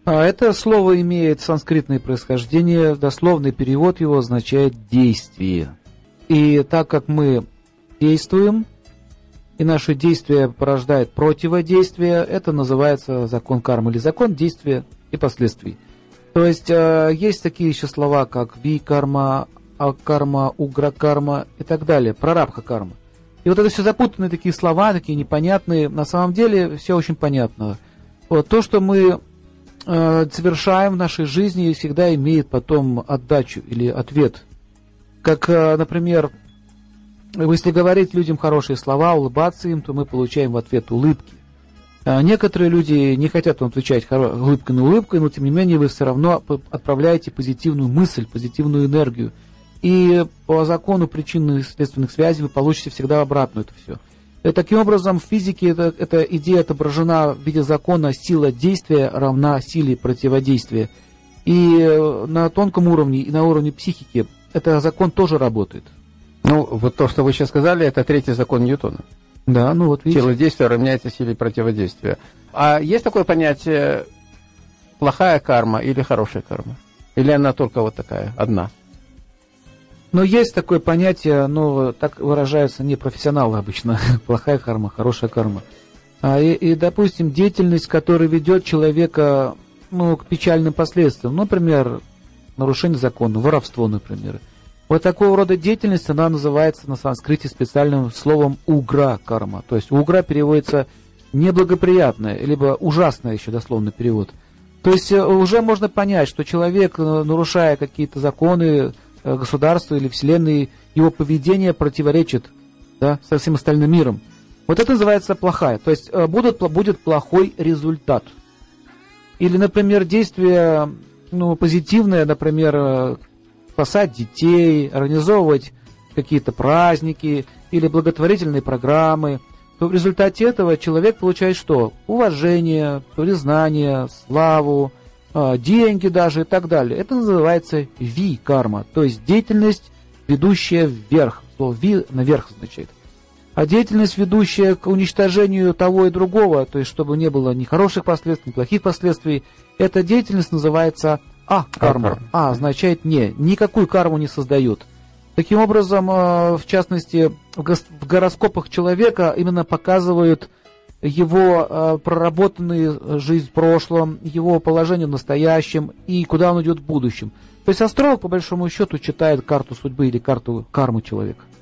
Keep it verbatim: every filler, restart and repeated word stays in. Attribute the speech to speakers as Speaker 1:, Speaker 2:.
Speaker 1: А это слово имеет санскритное происхождение, дословный перевод его означает «действие». И так как мы действуем, и наши действия порождают противодействие, это называется закон кармы или закон действия и последствий. То есть есть такие еще слова, как ви-карма, а-карма, угра-карма и так далее, прарабха-карма. И вот это все запутанные такие слова, такие непонятные. На самом деле все очень понятно. Вот, то, что мы э, совершаем в нашей жизни, всегда имеет потом отдачу или ответ. Как, э, например, если говорить людям хорошие слова, улыбаться им, то мы получаем в ответ улыбки. А некоторые люди не хотят вам отвечать улыбкой на улыбкой, но тем не менее вы все равно отправляете позитивную мысль, позитивную энергию. И по закону причинных и следственных связей вы получите всегда обратно это все. И таким образом, в физике это, эта идея отображена в виде закона сила действия равна силе противодействия. И на тонком уровне, и на уровне психики этот закон тоже работает.
Speaker 2: Ну, вот то, что вы сейчас сказали, это третий закон Ньютона.
Speaker 1: Да, ну вот видите.
Speaker 2: Сила действия равняется силе противодействия. А есть такое понятие плохая карма или хорошая карма? Или она только вот такая, одна?
Speaker 1: Но есть такое понятие, но так выражаются непрофессионалы обычно. Плохая карма, хорошая карма. А, и, и, допустим, деятельность, которая ведет человека ну, к печальным последствиям. Например, нарушение закона, воровство, например. Вот такого рода деятельность, она называется на санскрите специальным словом угра-карма. То есть угра переводится неблагоприятное, либо ужасное еще дословно перевод. То есть уже можно понять, что человек, нарушая какие-то законы государства или вселенной, его поведение противоречит, да, со всем остальным миром. Вот это называется плохая. То есть будет, будет плохой результат. Или, например, действие ну, позитивное, например, спасать детей, организовывать какие-то праздники или благотворительные программы, то в результате этого человек получает что? Уважение, признание, славу, деньги даже и так далее. Это называется ви-карма, то есть деятельность, ведущая вверх. Слово ви наверх означает. А деятельность, ведущая к уничтожению того и другого, то есть чтобы не было ни хороших последствий, ни плохих последствий, эта деятельность называется а-карма. А означает не, никакую карму не создает. Таким образом, в частности, в гороскопах человека именно показывают его проработанную жизнь в прошлом, его положение в настоящем и куда он идет в будущем. То есть астролог, по большому счету, читает карту судьбы или карту кармы человека.